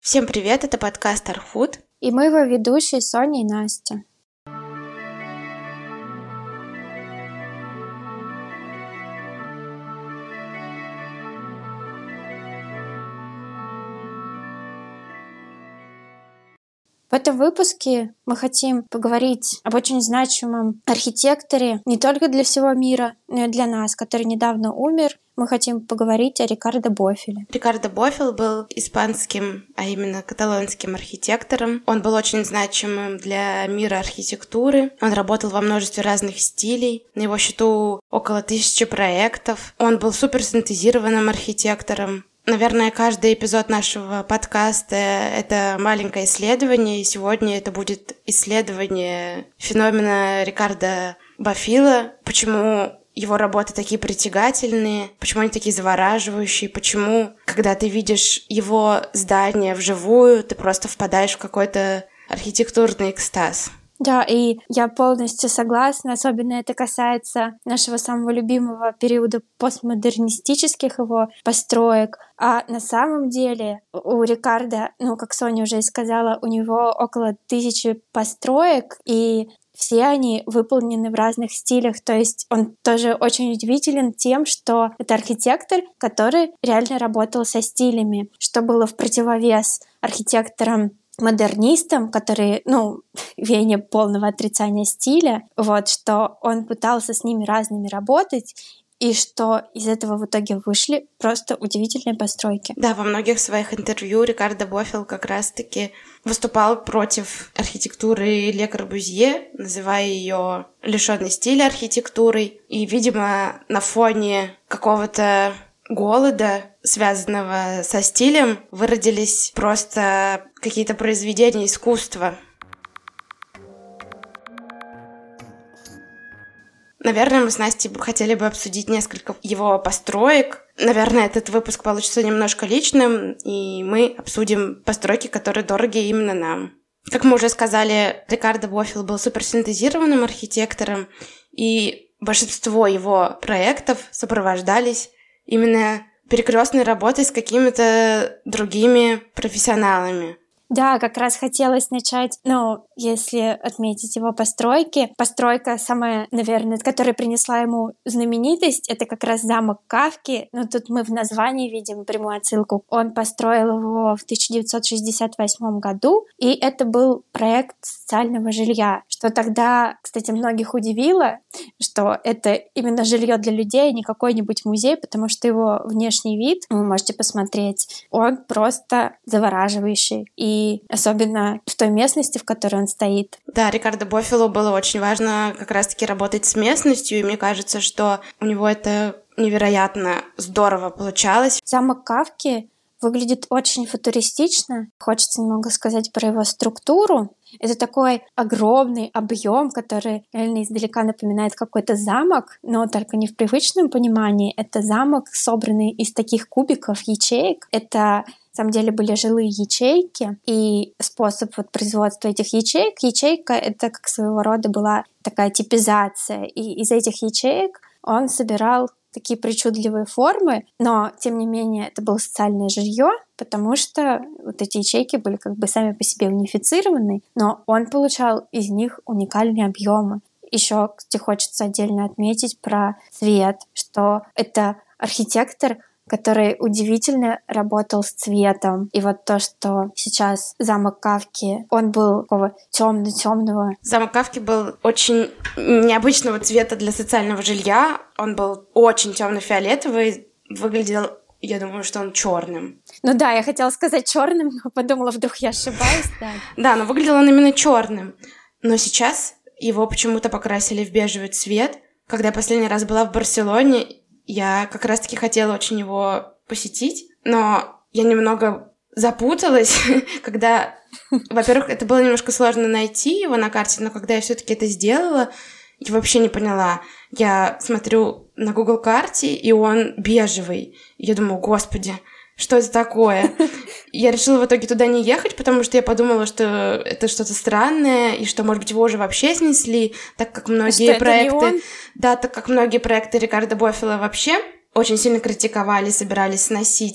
Всем привет, это подкаст Архуд. И мы его ведущие Соня и Настя. В этом выпуске мы хотим поговорить об очень значимом архитекторе не только для всего мира, но и для нас, который недавно умер. Мы хотим поговорить о Рикардо Боффиле. Рикардо Боффил был испанским, а именно каталонским архитектором. Он был очень значимым для мира архитектуры. Он работал во множестве разных стилей. На его счету около 1000 проектов. Он был суперсинтезированным архитектором. Наверное, каждый эпизод нашего подкаста — это маленькое исследование, и сегодня это будет исследование феномена Рикардо Боффила, почему его работы такие притягательные, почему они такие завораживающие, почему, когда ты видишь его здание вживую, ты просто впадаешь в какой-то архитектурный экстаз. Да, и я полностью согласна, особенно это касается нашего самого любимого периода постмодернистических его построек. А на самом деле у Рикардо, как Соня уже и сказала, у него около 1000 построек, и все они выполнены в разных стилях, то есть он тоже очень удивителен тем, что это архитектор, который реально работал со стилями, что было в противовес архитекторам-модернистам, которые, в веяние полного отрицания стиля, что он пытался с ними разными работать, и что из этого в итоге вышли просто удивительные постройки. Да, во многих своих интервью Рикардо Боффил как раз-таки выступал против архитектуры Ле Корбюзье, называя ее лишенной стиля архитектурой. И, видимо, на фоне какого-то голода, связанного со стилем, выродились просто какие-то произведения искусства. Наверное, мы с Настей хотели бы обсудить несколько его построек. Наверное, этот выпуск получится немножко личным, и мы обсудим постройки, которые дороги именно нам. Как мы уже сказали, Рикардо Боффил был суперсинтезированным архитектором, и большинство его проектов сопровождались именно перекрестной работой с какими-то другими профессионалами. Да, как раз хотелось начать, если отметить его постройки. Постройка самая, наверное, которая принесла ему знаменитость, это как раз замок Кафки. Тут мы в названии видим прямую отсылку. Он построил его в 1968 году, и это был проект социального жилья, что тогда, кстати, многих удивило, что это именно жилье для людей, а не какой-нибудь музей, потому что его внешний вид, вы можете посмотреть, он просто завораживающий. И особенно в той местности, в которой он стоит. Да, Рикардо Боффилу было очень важно как раз-таки работать с местностью, и мне кажется, что у него это невероятно здорово получалось. Замок Кафки выглядит очень футуристично. Хочется немного сказать про его структуру. Это такой огромный объем, который реально издалека напоминает какой-то замок, но только не в привычном понимании. Это замок, собранный из таких кубиков, ячеек. Это на самом деле были жилые ячейки, и способ производства этих ячеек. Ячейка — это как своего рода была такая типизация, и из этих ячеек он собирал такие причудливые формы, но, тем не менее, это было социальное жилье, потому что эти ячейки были сами по себе унифицированы, но он получал из них уникальные объемы. Еще, кстати, хочется отдельно отметить про цвет, что это архитектор, который удивительно работал с цветом. И то, что сейчас замок Кафки, он был такого темно-темного. Замок Кафки был очень необычного цвета для социального жилья. Он был очень темно-фиолетовый, выглядел, я думаю, что он черным. Я хотела сказать черным, но подумала, вдруг я ошибаюсь, да. Да, но выглядел он именно черным. Но сейчас его почему-то покрасили в бежевый цвет. Когда я последний раз была в Барселоне, я как раз-таки хотела очень его посетить, но я немного запуталась, когда, во-первых, это было немножко сложно найти его на карте, но когда я все-таки это сделала, я вообще не поняла. Я смотрю на Google карте, и он бежевый. Я думаю, господи, что это такое? Я решила в итоге туда не ехать, потому что я подумала, что это что-то странное, и что, может быть, его уже вообще снесли, так как многие проекты... Да, так как многие проекты Рикардо Боффила вообще очень сильно критиковали, собирались сносить.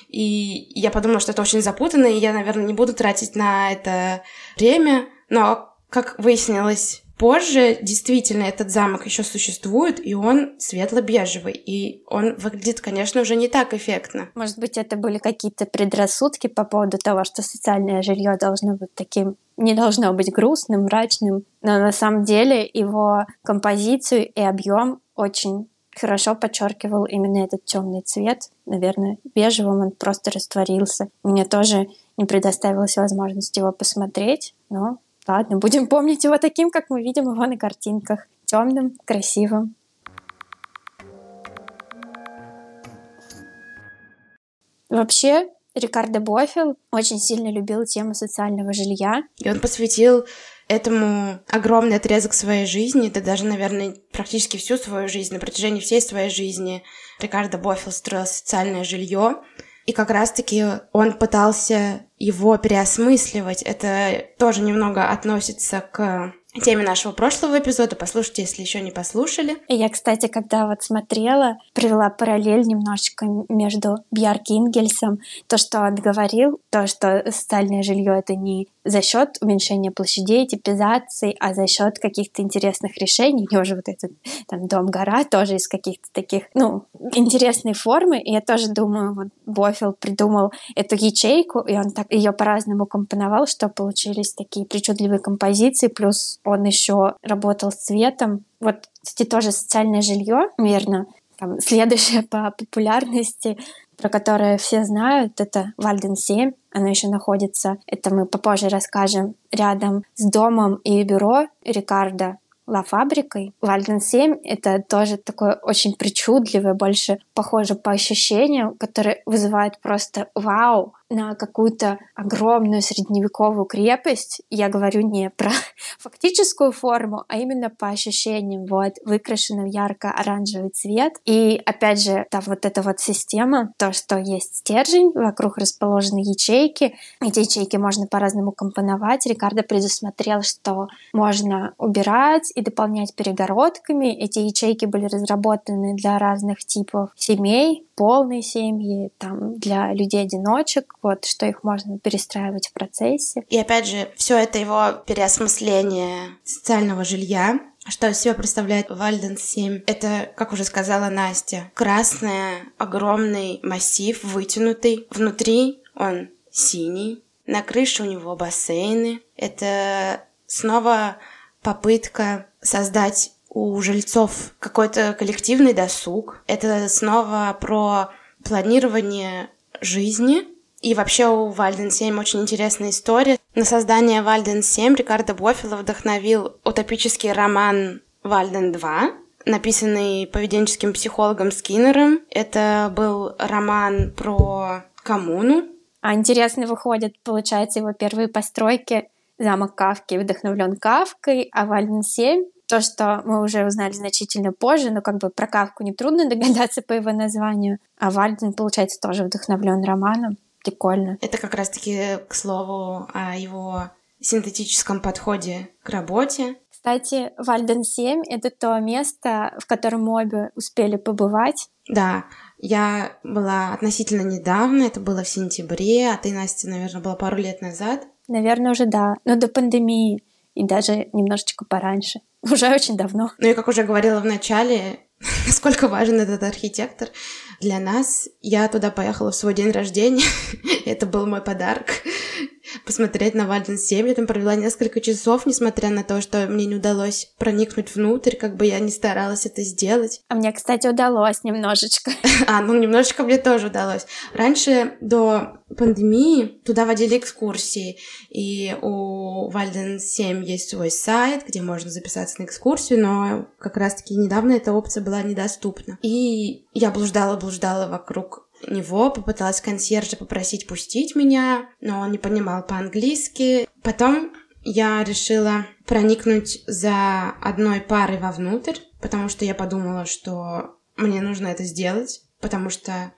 И я подумала, что это очень запутанно, и я, наверное, не буду тратить на это время. Но, как выяснилось позже, действительно, этот замок еще существует, и он светло-бежевый. И он выглядит, конечно, уже не так эффектно. Может быть, это были какие-то предрассудки по поводу того, что социальное жилье должно быть таким, не должно быть грустным, мрачным. Но на самом деле его композицию и объем очень хорошо подчеркивал именно этот темный цвет. Наверное, бежевым он просто растворился. Мне тоже не предоставилась возможность его посмотреть, но ладно, будем помнить его таким, как мы видим его на картинках. Темным, красивым. Вообще, Рикардо Бофил очень сильно любил тему социального жилья. И он посвятил этому огромный отрезок своей жизни, да даже, наверное, практически всю свою жизнь, на протяжении всей своей жизни Рикардо Бофил строил социальное жилье. И как раз-таки он пытался его переосмысливать. Это тоже немного относится к теме нашего прошлого эпизода. Послушайте, если еще не послушали. И я, кстати, когда вот смотрела, привела параллель немножечко между Бьярки Ингельсом. То, что он говорил, то, что социальное жилье это не за счет уменьшения площадей, типизации, а за счет каких-то интересных решений. У него же вот этот там дом-гора тоже из каких-то таких, интересной формы. И я тоже думаю, вот Бофил придумал эту ячейку, и он так ее по-разному компоновал, что получились такие причудливые композиции, плюс он еще работал с цветом. Вот, кстати, тоже социальное жилье, верно. Там, следующее по популярности, про которое все знают, это Вальден-7. Оно еще находится, это мы попозже расскажем, рядом с домом и бюро Рикардо Ла Фабрикой. Вальден-7 — это тоже такое очень причудливое, больше похоже по ощущениям, которое вызывает просто вау на какую-то огромную средневековую крепость. Я говорю не про фактическую форму, а именно по ощущениям. Вот, выкрашена в ярко-оранжевый цвет. И опять же, там вот эта вот система, то, что есть стержень, вокруг расположены ячейки. Эти ячейки можно по-разному компоновать. Рикардо предусмотрел, что можно убирать и дополнять перегородками. Эти ячейки были разработаны для разных типов семей, полной семьи, там, для людей-одиночек, вот, что их можно перестраивать в процессе. И опять же, все это его переосмысление социального жилья. Что из себя представляет Вальден-7? Это, как уже сказала Настя, огромный массив, вытянутый. Внутри он синий, на крыше у него бассейны. Это снова попытка создать у жильцов какой-то коллективный досуг. Это снова про планирование жизни. И вообще у Вальден-7 очень интересная история. На создание Вальден-7 Рикардо Бофила вдохновил утопический роман «Вальден-2», написанный поведенческим психологом Скиннером. Это был роман про коммуну. А интересно выходит, получается, его первые постройки замок Кафки вдохновлен Кафкой, а Вальден-7 то, что мы уже узнали значительно позже, но как бы про Кафку нетрудно догадаться по его названию, а Вальден, получается, тоже вдохновлен романом. Прикольно. Это как раз-таки, к слову, о его синтетическом подходе к работе. Кстати, Вальден-7 — это то место, в котором мы обе успели побывать. Да, я была относительно недавно, это было в сентябре, а ты, Настя, наверное, была пару лет назад. Наверное, уже да, но до пандемии и даже немножечко пораньше. Уже очень давно. Ну и как уже говорила в начале, насколько важен этот архитектор для нас. Я туда поехала в свой день рождения. Это был мой подарок. Посмотреть на Вальден-7. Я там провела несколько часов, несмотря на то, что мне не удалось проникнуть внутрь, как бы я ни старалась это сделать. А мне, кстати, удалось немножечко. Немножечко мне тоже удалось. Раньше, до пандемии, туда водили экскурсии, и у Вальден-7 есть свой сайт, где можно записаться на экскурсию, но как раз-таки недавно эта опция была недоступна. И я блуждала вокруг него, попыталась консьержа попросить пустить меня, но он не понимал по-английски. Потом я решила проникнуть за одной парой вовнутрь, потому что я подумала, что мне нужно это сделать, потому что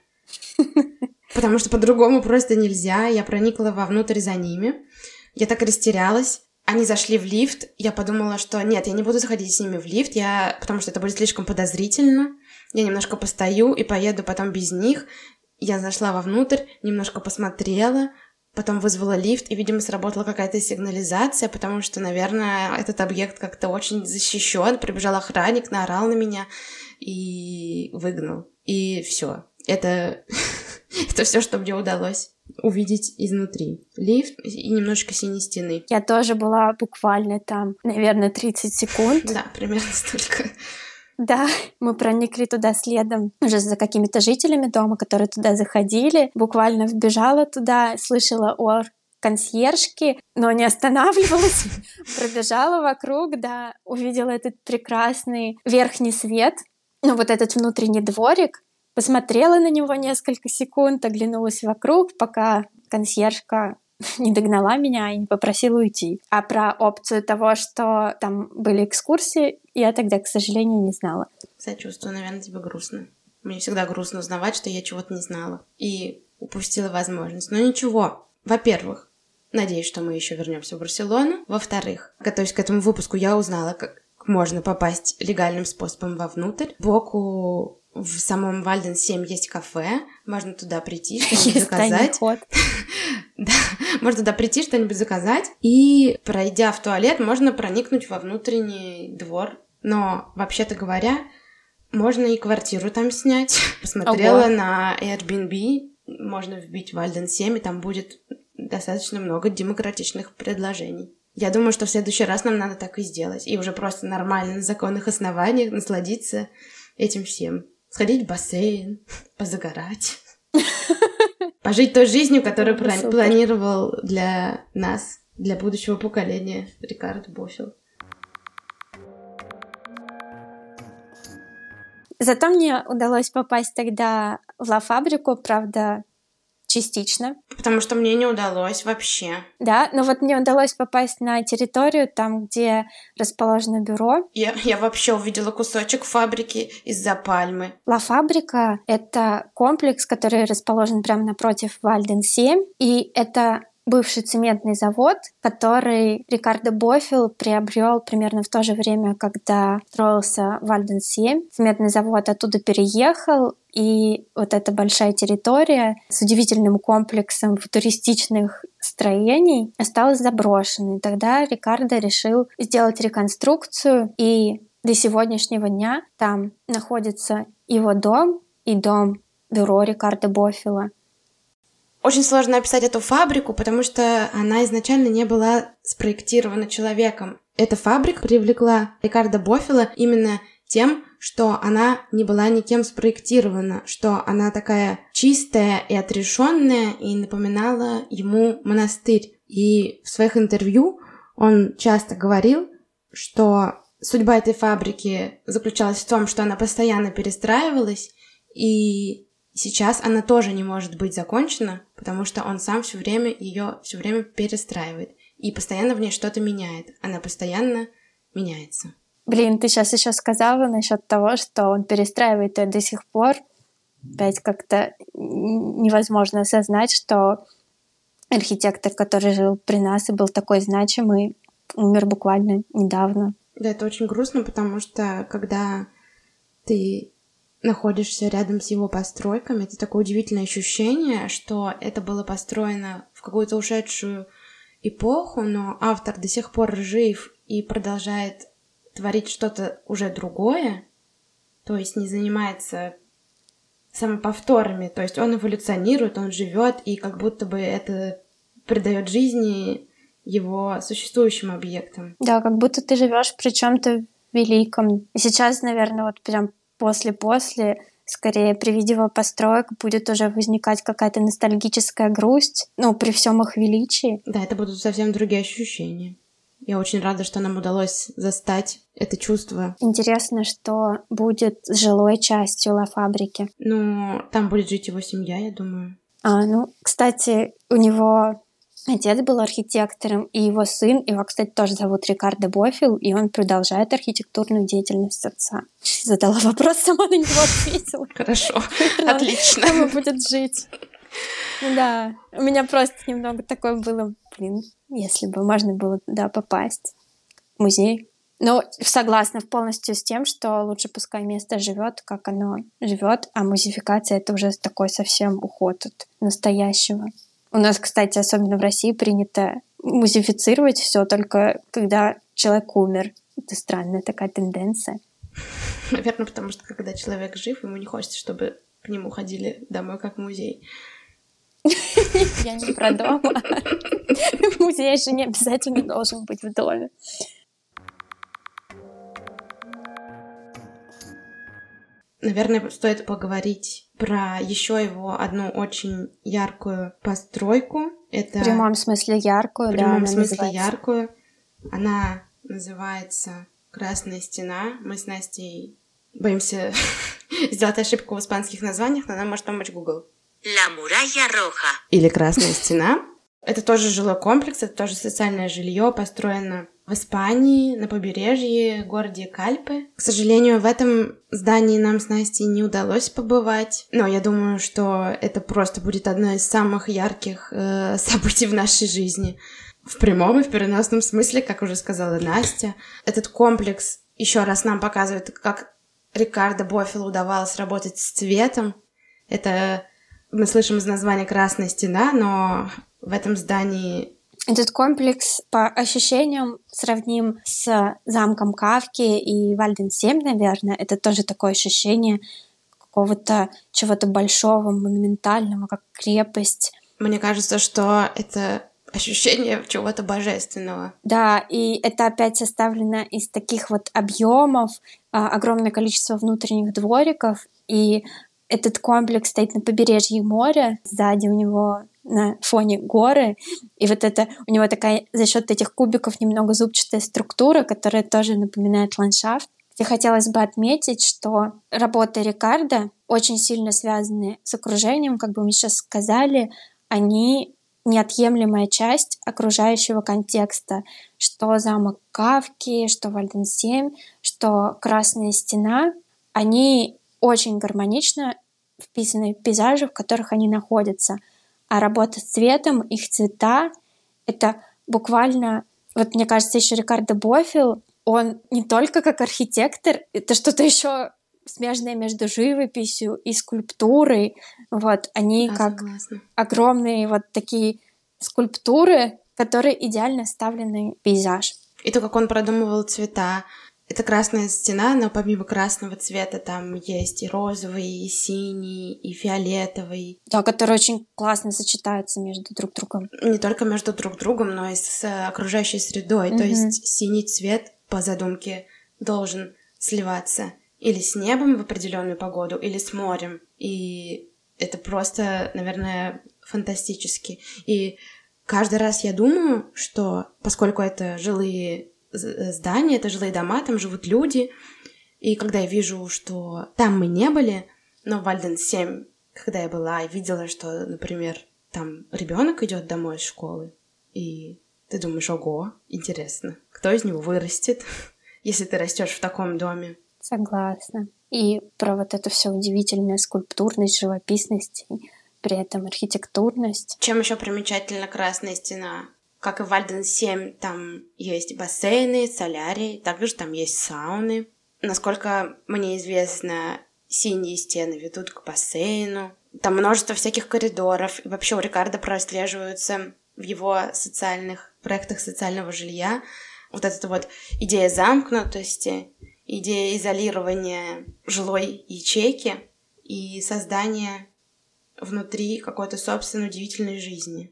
по-другому просто нельзя. Я проникла вовнутрь за ними. Я так растерялась. Они зашли в лифт. Я подумала, что нет, я не буду заходить с ними в лифт, потому что это будет слишком подозрительно. Я немножко постою и поеду потом без них. Я зашла вовнутрь, немножко посмотрела, потом вызвала лифт, и, видимо, сработала какая-то сигнализация, потому что, наверное, этот объект как-то очень защищен. Прибежал охранник, наорал на меня и выгнал. И все. Это все, что мне удалось увидеть изнутри. Лифт и немножко синей стены. Я тоже была буквально там, наверное, 30 секунд. Да, примерно столько. Да, мы проникли туда следом уже за какими-то жителями дома, которые туда заходили. Буквально вбежала туда, слышала ор консьержки, но не останавливалась. Пробежала вокруг, да, увидела этот прекрасный верхний свет, ну вот этот внутренний дворик, посмотрела на него несколько секунд, оглянулась вокруг, пока консьержка не догнала меня и не попросила уйти. А про опцию того, что там были экскурсии, я тогда, к сожалению, не знала. Сочувствую, наверное, тебе грустно. Мне всегда грустно узнавать, что я чего-то не знала и упустила возможность. Но ничего. Во-первых, надеюсь, что мы еще вернемся в Барселону. Во-вторых, готовясь к этому выпуску, я узнала, как можно попасть легальным способом вовнутрь. Сбоку в самом Вальден 7 есть кафе, можно туда прийти, что-нибудь заказать. Да, можно туда прийти, что-нибудь заказать, и, пройдя в туалет, можно проникнуть во внутренний двор. Но, вообще-то говоря, можно и квартиру там снять. Посмотрела на Airbnb, можно вбить Вальден 7, и там будет достаточно много демократичных предложений. Я думаю, что в следующий раз нам надо так и сделать. И уже просто нормально, на законных основаниях насладиться этим всем. Сходить в бассейн, позагорать. Пожить той жизнью, которую планировал для нас, для будущего поколения Рикардо Бофил. Зато мне удалось попасть тогда в Ла Фабрику, правда, частично. Потому что мне не удалось вообще. Да, но вот мне удалось попасть на территорию, там, где расположено бюро. Я вообще увидела кусочек фабрики из-за пальмы. Ла Фабрика — это комплекс, который расположен прямо напротив Вальден 7, и это бывший цементный завод, который Рикардо Бофил приобрел примерно в то же время, когда строился Вальден 7. Цементный завод оттуда переехал, и вот эта большая территория с удивительным комплексом футуристичных строений осталась заброшенной. Тогда Рикардо решил сделать реконструкцию, и до сегодняшнего дня там находится его дом и дом бюро Рикардо Бофила. Очень сложно описать эту фабрику, потому что она изначально не была спроектирована человеком. Эта фабрика привлекла Рикардо Бофила именно тем, что она не была никем спроектирована, что она такая чистая и отрешенная и напоминала ему монастырь. И в своих интервью он часто говорил, что судьба этой фабрики заключалась в том, что она постоянно перестраивалась, и сейчас она тоже не может быть закончена, потому что он сам ее все время перестраивает и постоянно в ней что-то меняет. Она постоянно меняется. Блин, ты сейчас еще сказала насчет того, что он перестраивает ее до сих пор. Опять как-то невозможно осознать, что архитектор, который жил при нас и был такой значимый, умер буквально недавно. Да, это очень грустно, потому что когда ты находишься рядом с его постройками, это такое удивительное ощущение, что это было построено в какую-то ушедшую эпоху, но автор до сих пор жив и продолжает творить что-то уже другое, то есть не занимается самоповторами, то есть он эволюционирует, он живет, и как будто бы это придает жизни его существующим объектам. Да, как будто ты живешь при чем-то великом. И сейчас, наверное, вот прям после, скорее при виде его построек будет уже возникать какая-то ностальгическая грусть, при всем их величии. Да, это будут совсем другие ощущения. Я очень рада, что нам удалось застать это чувство. Интересно, что будет с жилой частью Ла Фабрики. Там будет жить его семья, я думаю. Кстати, у него отец был архитектором, и его сын, его, кстати, тоже зовут Рикардо Бофил, и он продолжает архитектурную деятельность отца. Задала вопрос, сама на него ответила. Хорошо, отлично. Там и будет жить. Да, у меня просто немного такое было, если бы можно было туда попасть. Музей Ну, согласна полностью с тем, что лучше пускай место живет, как оно живет, а музификация — это уже такой совсем уход от настоящего. У нас, кстати, особенно в России принято музифицировать все только когда человек умер. Это странная такая тенденция. Наверное, потому что когда человек жив, ему не хочется, чтобы к нему ходили домой как в музей. Я не про дом. Музей же не обязательно должен быть в доме. Наверное, стоит поговорить про еще его одну очень яркую постройку. Это в прямом смысле яркую, в прямом смысле называется. яркую. Она называется «Красная стена». Мы с Настей боимся сделать ошибку в испанских названиях, но нам может помочь Google. La Muralla Roja. Или «Красная стена». Это тоже жилой комплекс, это тоже социальное жилье, построено в Испании, на побережье, в городе Кальпе. К сожалению, в этом здании нам с Настей не удалось побывать, но я думаю, что это просто будет одно из самых ярких событий в нашей жизни. В прямом и в переносном смысле, как уже сказала Настя. Этот комплекс еще раз нам показывает, как Рикардо Боффилу удавалось работать с цветом. Это мы слышим из названия «Красная стена», но в этом здании... Этот комплекс, по ощущениям, сравним с замком Кафки и Вальден-7, наверное. Это тоже такое ощущение какого-то чего-то большого, монументального, как крепость. Мне кажется, что это ощущение чего-то божественного. Да, и это опять составлено из таких вот объемов, огромное количество внутренних двориков, и этот комплекс стоит на побережье моря, сзади у него на фоне горы, и вот это у него такая за счет этих кубиков немного зубчатая структура, которая тоже напоминает ландшафт. И хотелось бы отметить, что работы Рикардо очень сильно связаны с окружением, как бы мы сейчас сказали, они неотъемлемая часть окружающего контекста, что замок Кафки, что Вальден-7, что Красная стена, они очень гармонично вписаны в пейзажи, в которых они находятся. А работа с цветом, их цвета — это буквально... Вот мне кажется, еще Рикардо Боффил, он не только как архитектор, это что-то еще смежное между живописью и скульптурой. Вот, они Согласна. огромные вот такие скульптуры, которые идеально вставлены в пейзаж. И то, как он продумывал цвета. Это красная стена, но помимо красного цвета там есть и розовый, и синий, и фиолетовый. Да, которые очень классно сочетаются между друг другом. Не только между друг другом, но и с окружающей средой. То есть синий цвет по задумке должен сливаться или с небом в определенную погоду, или с морем. И это просто, наверное, фантастически. И каждый раз я думаю, что поскольку это жилые здания, это жилые дома, там живут люди. И когда я вижу, что там мы не были, но в Вальден-7, когда я была, я видела, что, например, там ребенок идет домой из школы, и ты думаешь, ого, интересно, кто из него вырастет, если ты растешь в таком доме. Согласна. И про вот эту всю удивительную скульптурность, живописность, и при этом архитектурность. Чем еще примечательна Красная стена? Как и в Вальден-7, там есть бассейны, солярий, также там есть сауны. Насколько мне известно, синие стены ведут к бассейну. Там множество всяких коридоров. И вообще у Рикардо прослеживаются в его социальных проектах социального жилья вот эта вот идея замкнутости, идея изолирования жилой ячейки и создания внутри какой-то собственной удивительной жизни.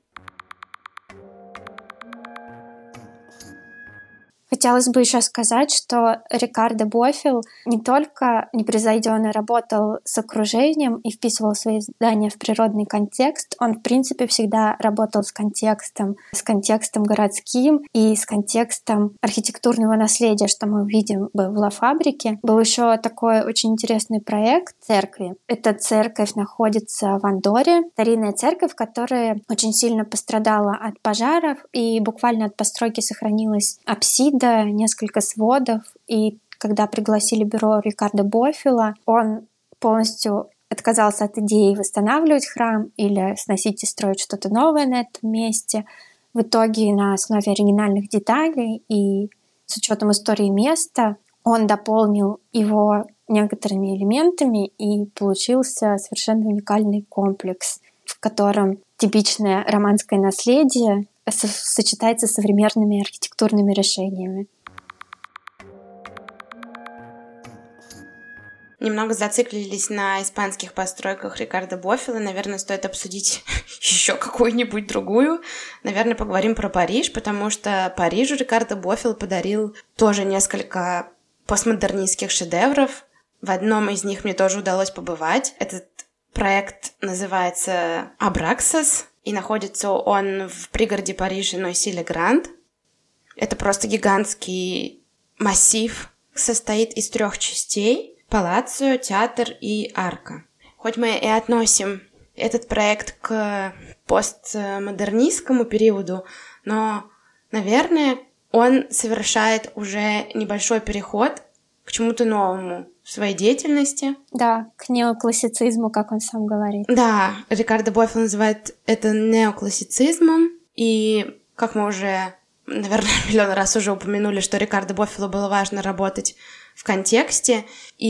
Хотелось бы еще сказать, что Рикардо Боффил не только непревзойденно работал с окружением и вписывал свои здания в природный контекст, он, в принципе, всегда работал с контекстом городским и с контекстом архитектурного наследия, что мы видим в Ла Фабрике. Был еще такой очень интересный проект церкви. Эта церковь находится в Андорре. Старинная церковь, которая очень сильно пострадала от пожаров, и буквально от постройки сохранилась апсида, несколько сводов, и когда пригласили бюро Рикардо Боффила, он полностью отказался от идеи восстанавливать храм или сносить и строить что-то новое на этом месте. В итоге на основе оригинальных деталей и с учетом истории места, он дополнил его некоторыми элементами, и получился совершенно уникальный комплекс, в котором типичное романское наследие сочетается с современными архитектурными решениями. Немного зациклились на испанских постройках Рикардо Боффило. Наверное, стоит обсудить еще какую-нибудь другую. Наверное, поговорим про Париж, потому что Парижу Рикардо Боффило подарил тоже несколько постмодернистских шедевров. В одном из них мне тоже удалось побывать. Этот проект называется Абраксас, и находится он в пригороде Парижа Нойси-ле-Гранд. Это просто гигантский массив, состоит из 3 частей: палаццо, театр и арка. Хоть мы и относим этот проект к постмодернистскому периоду, но, наверное, он совершает уже небольшой переход к чему-то новому в своей деятельности. Да, к неоклассицизму, как он сам говорит. Да, Рикардо Боффило называет это неоклассицизмом, и, как мы уже, наверное, миллион раз уже упомянули, что Рикардо Боффило было важно работать в контексте,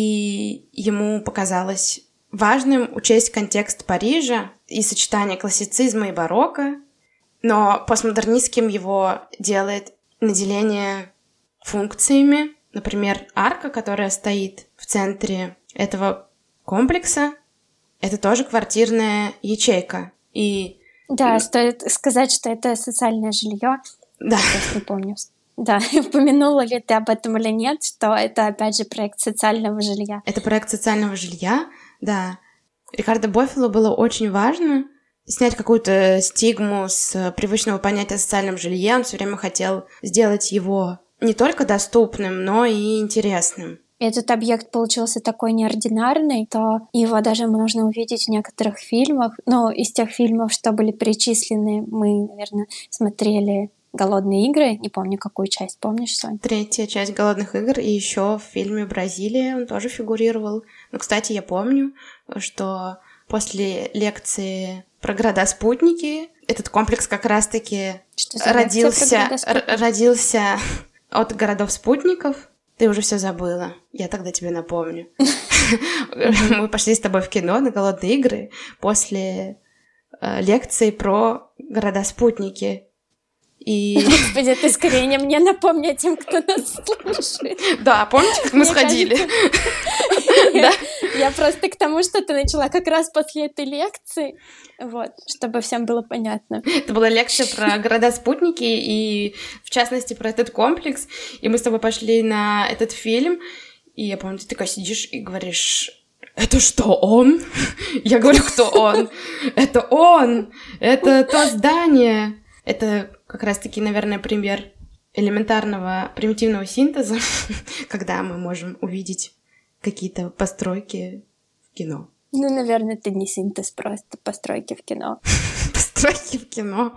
и ему показалось важным учесть контекст Парижа и сочетание классицизма и барокко, но постмодернистским его делает наделение функциями. Например, арка, которая стоит в центре этого комплекса, это тоже квартирная ячейка. И... Да, стоит сказать, что это социальное жилье. Да. Я не помню. Да, упомянула ли ты об этом или нет, что это, опять же, проект социального жилья. Это проект социального жилья, да. Рикардо Боффило было очень важно снять какую-то стигму с привычного понятия о социальном жилье. Он все время хотел сделать его не только доступным, но и интересным. Этот объект получился такой неординарный, то его даже можно увидеть в некоторых фильмах. Ну, из тех фильмов, что были перечислены, мы, наверное, смотрели «Голодные игры». Не помню, какую часть. Помнишь, Сонь? 3-я часть «Голодных игр», и еще в фильме «Бразилия» он тоже фигурировал. Но, кстати, я помню, что после лекции про города-спутники этот комплекс как раз-таки родился от городов-спутников. Ты уже все забыла. Я тогда тебе напомню. Мы пошли с тобой в кино на «Голодные игры» после лекции про города-спутники. И... Господи, ты скорее не мне напомни тем, кто нас слушает. Да, помните, как мы сходили? Я просто к тому, что ты начала как раз после этой лекции, вот, чтобы всем было понятно. Это была лекция про города-спутники и, в частности, про этот комплекс. И мы с тобой пошли на этот фильм, и я помню, ты такая сидишь и говоришь: «Это что, он?» Я говорю: «Кто он?» «Это он! Это то здание!» Это как раз-таки, наверное, пример элементарного примитивного синтеза, когда мы можем увидеть какие-то постройки в кино. Ну, наверное, это не синтез, просто постройки в кино. Постройки в кино.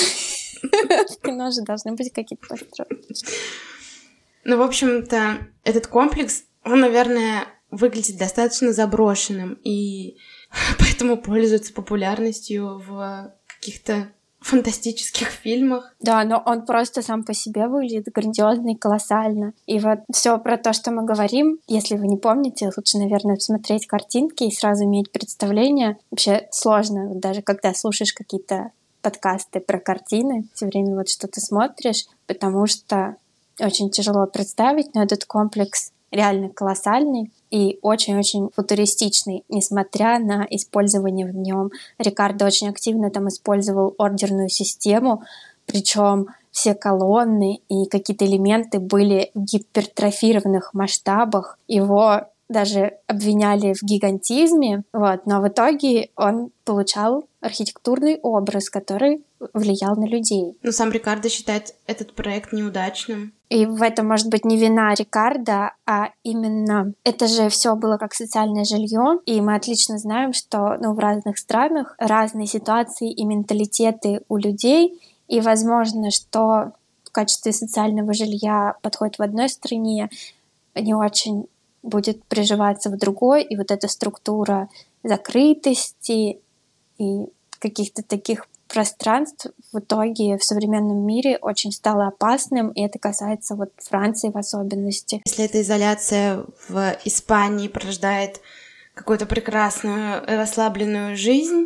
В кино же должны быть какие-то постройки. Ну, в общем-то, этот комплекс, он, наверное, выглядит достаточно заброшенным, и поэтому пользуется популярностью в каких-то фантастических фильмах. Да, но он просто сам по себе выглядит грандиозно и колоссально. И вот все про то, что мы говорим, если вы не помните, лучше, наверное, посмотреть картинки и сразу иметь представление. Вообще сложно, даже когда слушаешь какие-то подкасты про картины, все время вот что ты смотришь, потому что очень тяжело представить, но этот комплекс реально колоссальный и очень-очень футуристичный, несмотря на использование в нем. Рикардо очень активно там использовал ордерную систему, причем все колонны и какие-то элементы были в гипертрофированных масштабах. Его даже обвиняли в гигантизме, вот, но в итоге он получал архитектурный образ, который влиял на людей. Но сам Рикардо считает этот проект неудачным. И в этом может быть не вина Рикардо, а именно это же все было как социальное жилье, и мы отлично знаем, что в разных странах разные ситуации и менталитеты у людей, и возможно, что в качестве социального жилья подходит в одной стране, не очень будет приживаться в другой, и вот эта структура закрытости и каких-то таких пространств в итоге в современном мире очень стало опасным, и это касается вот Франции в особенности. Если эта изоляция в Испании порождает какую-то прекрасную расслабленную жизнь,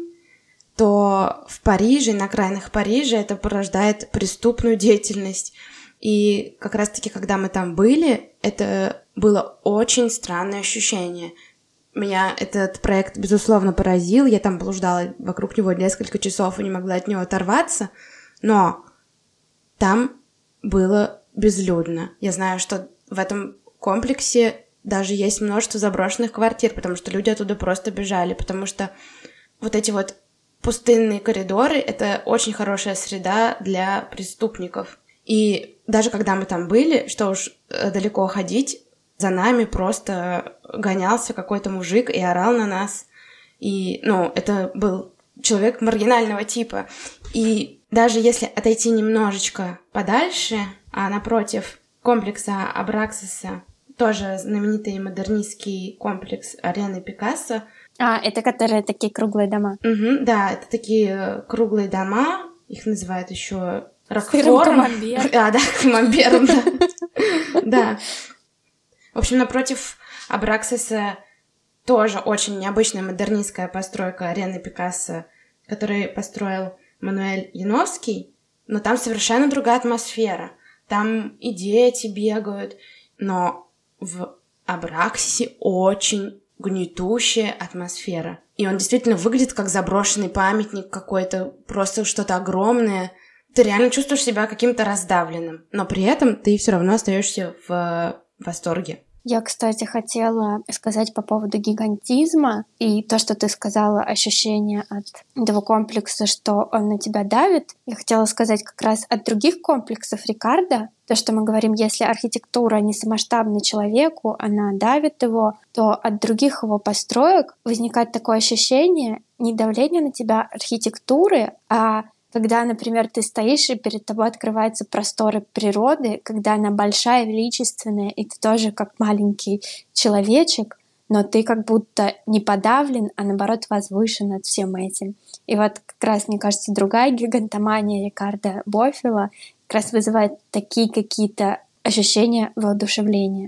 то в Париже, на окраинах Парижа, это порождает преступную деятельность. И как раз-таки, когда мы там были, это было очень странное ощущение. Меня этот проект, безусловно, поразил. Я там блуждала вокруг него несколько часов и не могла от него оторваться. Но там было безлюдно. Я знаю, что в этом комплексе даже есть множество заброшенных квартир, потому что люди оттуда просто бежали, потому что вот эти вот пустынные коридоры — это очень хорошая среда для преступников. И даже когда мы там были, что уж далеко ходить, за нами просто гонялся какой-то мужик и орал на нас. И, это был человек маргинального типа. И даже если отойти немножечко подальше, а напротив комплекса Абраксиса, тоже знаменитый модернистский комплекс арены Пикассо. Это которые такие круглые дома. Да, это такие круглые дома, их называют еще Рокфором. Да, камамбером, да. Да. В общем, напротив Абраксиса тоже очень необычная модернистская постройка арены Пикассо, которую построил Мануэль Яновский, но там совершенно другая атмосфера. Там и дети бегают, но в Абраксисе очень гнетущая атмосфера. И он действительно выглядит как заброшенный памятник какой-то, просто что-то огромное. Ты реально чувствуешь себя каким-то раздавленным, но при этом ты все равно остаешься в восторге. Я, кстати, хотела сказать по поводу гигантизма и то, что ты сказала, ощущение от этого комплекса, что он на тебя давит. Я хотела сказать как раз от других комплексов Рикардо. То, что мы говорим, если архитектура не самоштабна человеку, она давит его, то от других его построек возникает такое ощущение не давления на тебя архитектуры, а когда, например, ты стоишь, и перед тобой открываются просторы природы, когда она большая, величественная, и ты тоже как маленький человечек, но ты как будто не подавлен, а наоборот возвышен над всем этим. И вот как раз, мне кажется, другая гигантомания Рикардо Боффило как раз вызывает такие какие-то ощущения воодушевления.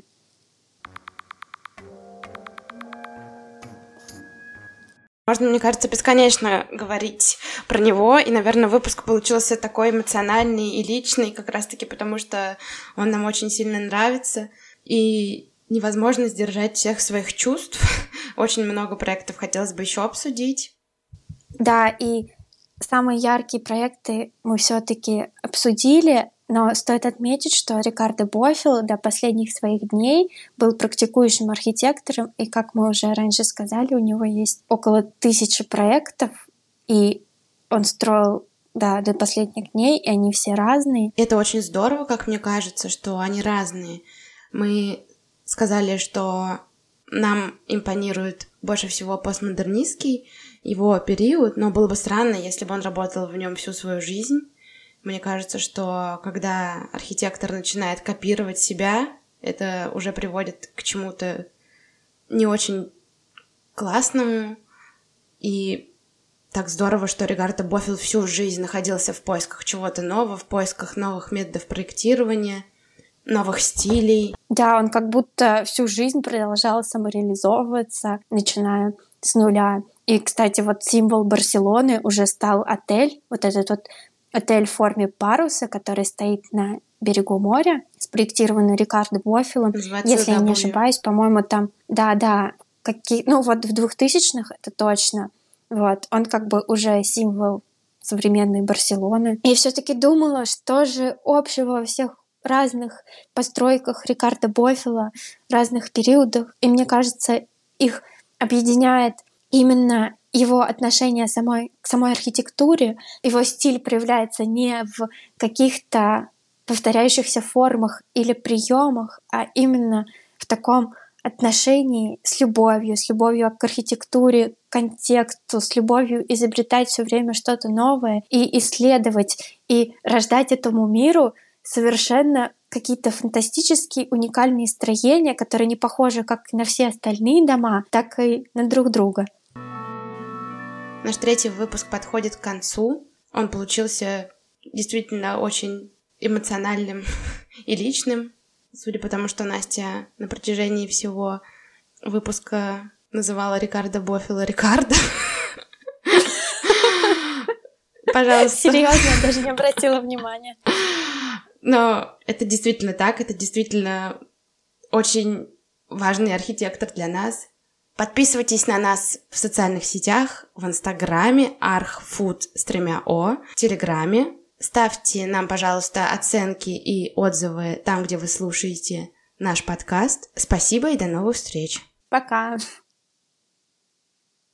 Можно, мне кажется, бесконечно говорить про него, и, наверное, выпуск получился такой эмоциональный и личный, как раз-таки потому, что он нам очень сильно нравится, и невозможно сдержать всех своих чувств. Очень много проектов хотелось бы еще обсудить. Да, и самые яркие проекты мы все-таки обсудили, но стоит отметить, что Рикардо Боффило до последних своих дней был практикующим архитектором, и, как мы уже раньше сказали, у него есть около 1000 проектов, и он строил, до последних дней, и они все разные. Это очень здорово, как мне кажется, что они разные. Мы сказали, что нам импонирует больше всего постмодернистский его период, но было бы странно, если бы он работал в нем всю свою жизнь. Мне кажется, что когда архитектор начинает копировать себя, это уже приводит к чему-то не очень классному. И так здорово, что Рикардо Боффило всю жизнь находился в поисках чего-то нового, в поисках новых методов проектирования, новых стилей. Да, он как будто всю жизнь продолжал самореализовываться, начиная с нуля. И, кстати, вот символ Барселоны уже стал отель, вот этот вот отель в форме паруса, который стоит на берегу моря, спроектированный Рикардо Боффило. Если я не ошибаюсь, по-моему, там... Да, в 2000-х это точно. Вот, он как бы уже символ современной Барселоны. И все-таки думала, что же общего во всех разных постройках Рикардо Боффило, разных периодах. И мне кажется, их объединяет именно его отношение к самой архитектуре. Его стиль проявляется не в каких-то повторяющихся формах или приемах, а именно в таком отношении с любовью к архитектуре, к контексту, с любовью изобретать все время что-то новое и исследовать, и рождать этому миру совершенно какие-то фантастические, уникальные строения, которые не похожи как на все остальные дома, так и на друг друга. Наш 3-й выпуск подходит к концу. Он получился действительно очень эмоциональным и личным, судя по тому, что Настя на протяжении всего выпуска называла Рикардо Боффило Рикардо. Пожалуйста. Серьезно, я даже не обратила внимания. Но это действительно так, это действительно очень важный архитектор для нас. Подписывайтесь на нас в социальных сетях, в Инстаграме archfood с 3 О, в Телеграме. Ставьте нам, пожалуйста, оценки и отзывы там, где вы слушаете наш подкаст. Спасибо и до новых встреч. Пока.